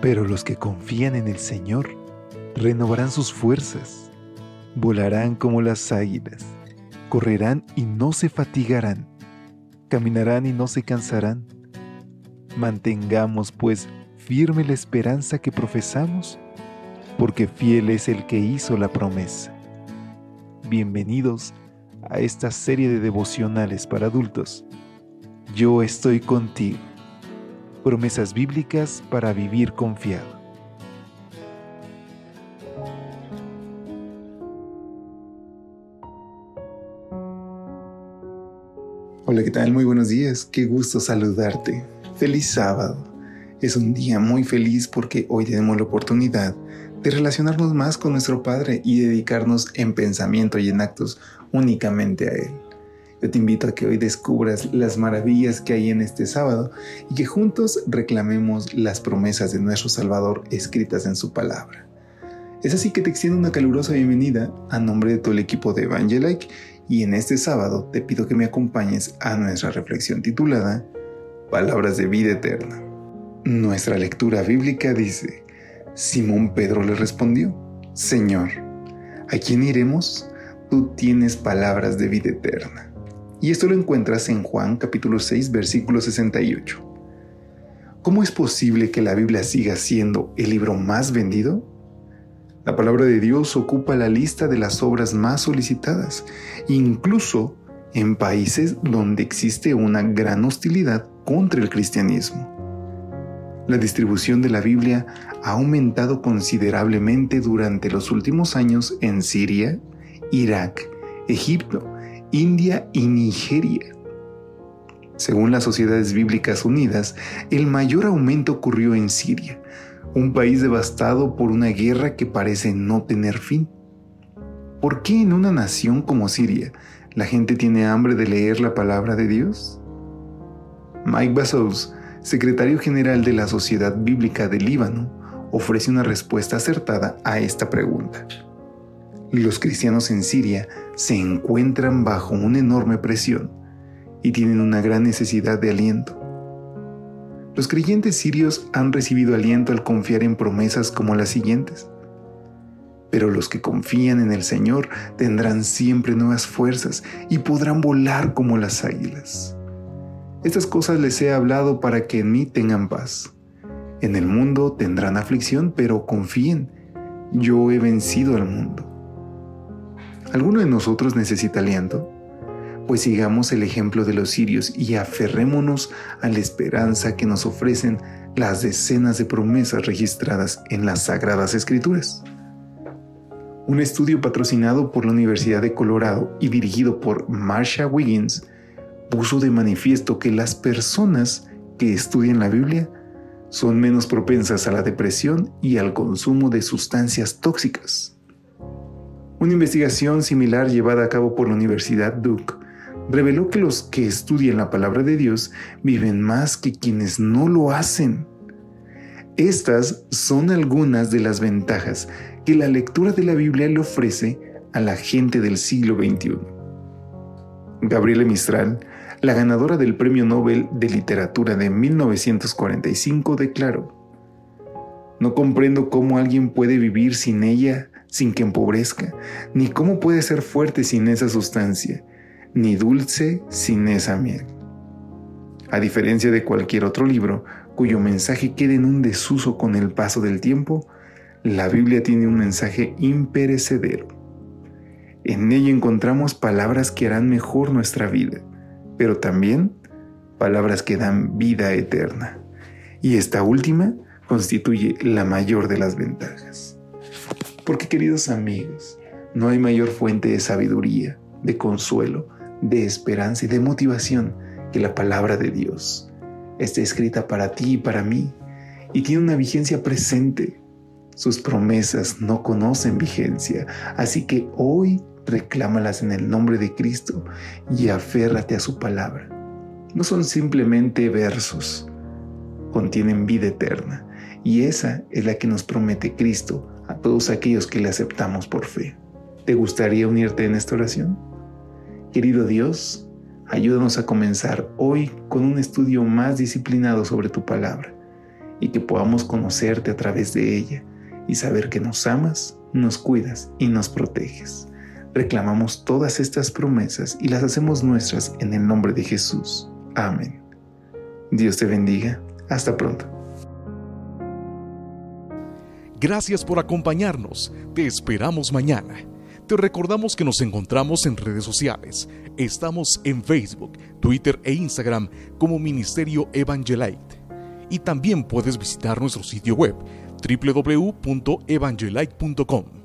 Pero los que confían en el Señor renovarán sus fuerzas, volarán como las águilas, correrán y no se fatigarán, caminarán y no se cansarán. Mantengamos, pues, firme la esperanza que profesamos, porque fiel es el que hizo la promesa. Bienvenidos a esta serie de devocionales para adultos. Yo estoy contigo. Promesas bíblicas para vivir confiado. Hola, ¿qué tal? Muy buenos días. Qué gusto saludarte. Feliz sábado. Es un día muy feliz porque hoy tenemos la oportunidad de relacionarnos más con nuestro Padre y dedicarnos en pensamiento y en actos únicamente a Él. Yo te invito a que hoy descubras las maravillas que hay en este sábado y que juntos reclamemos las promesas de nuestro Salvador escritas en su palabra. Es así que te extiendo una calurosa bienvenida a nombre de todo el equipo de Evangelike y en este sábado te pido que me acompañes a nuestra reflexión titulada Palabras de vida eterna. Nuestra lectura bíblica dice: Simón Pedro le respondió: Señor, ¿a quién iremos? Tú tienes palabras de vida eterna. Y esto lo encuentras en Juan capítulo 6, versículo 68. ¿Cómo es posible que la Biblia siga siendo el libro más vendido? La palabra de Dios ocupa la lista de las obras más solicitadas, incluso en países donde existe una gran hostilidad contra el cristianismo. La distribución de la Biblia ha aumentado considerablemente durante los últimos años en Siria, Irak, Egipto, India y Nigeria. Según las Sociedades Bíblicas Unidas, el mayor aumento ocurrió en Siria, un país devastado por una guerra que parece no tener fin. ¿Por qué en una nación como Siria la gente tiene hambre de leer la palabra de Dios? Mike Bassous, secretario general de la Sociedad Bíblica del Líbano, ofrece una respuesta acertada a esta pregunta. Los cristianos en Siria se encuentran bajo una enorme presión y tienen una gran necesidad de aliento. Los creyentes sirios han recibido aliento al confiar en promesas como las siguientes. Pero los que confían en el Señor tendrán siempre nuevas fuerzas y podrán volar como las águilas. Estas cosas les he hablado para que en mí tengan paz. En el mundo tendrán aflicción, pero confíen, yo he vencido al mundo. ¿Alguno de nosotros necesita aliento? Pues sigamos el ejemplo de los sirios y aferrémonos a la esperanza que nos ofrecen las decenas de promesas registradas en las Sagradas Escrituras. Un estudio patrocinado por la Universidad de Colorado y dirigido por Marsha Wiggins puso de manifiesto que las personas que estudian la Biblia son menos propensas a la depresión y al consumo de sustancias tóxicas. Una investigación similar llevada a cabo por la Universidad Duke reveló que los que estudian la palabra de Dios viven más que quienes no lo hacen. Estas son algunas de las ventajas que la lectura de la Biblia le ofrece a la gente del siglo XXI. Gabriela Mistral, la ganadora del Premio Nobel de Literatura de 1945, declaró: No comprendo cómo alguien puede vivir sin ella sin que empobrezca, ni cómo puede ser fuerte sin esa sustancia, ni dulce sin esa miel. A diferencia de cualquier otro libro cuyo mensaje quede en un desuso con el paso del tiempo, la Biblia tiene un mensaje imperecedero. En ella encontramos palabras que harán mejor nuestra vida, pero también palabras que dan vida eterna. Y esta última constituye la mayor de las ventajas. Porque, queridos amigos, no hay mayor fuente de sabiduría, de consuelo, de esperanza y de motivación que la palabra de Dios. Está escrita para ti y para mí y tiene una vigencia presente. Sus promesas no conocen vigencia, así que hoy reclámalas en el nombre de Cristo y aférrate a su palabra. No son simplemente versos, contienen vida eterna y esa es la que nos promete Cristo a todos aquellos que le aceptamos por fe. ¿Te gustaría unirte en esta oración? Querido Dios, ayúdanos a comenzar hoy con un estudio más disciplinado sobre tu palabra y que podamos conocerte a través de ella y saber que nos amas, nos cuidas y nos proteges. Reclamamos todas estas promesas y las hacemos nuestras en el nombre de Jesús. Amén. Dios te bendiga. Hasta pronto. Gracias por acompañarnos. Te esperamos mañana. Te recordamos que nos encontramos en redes sociales. Estamos en Facebook, Twitter e Instagram como Ministerio Evangelite. Y también puedes visitar nuestro sitio web www.evangelite.com.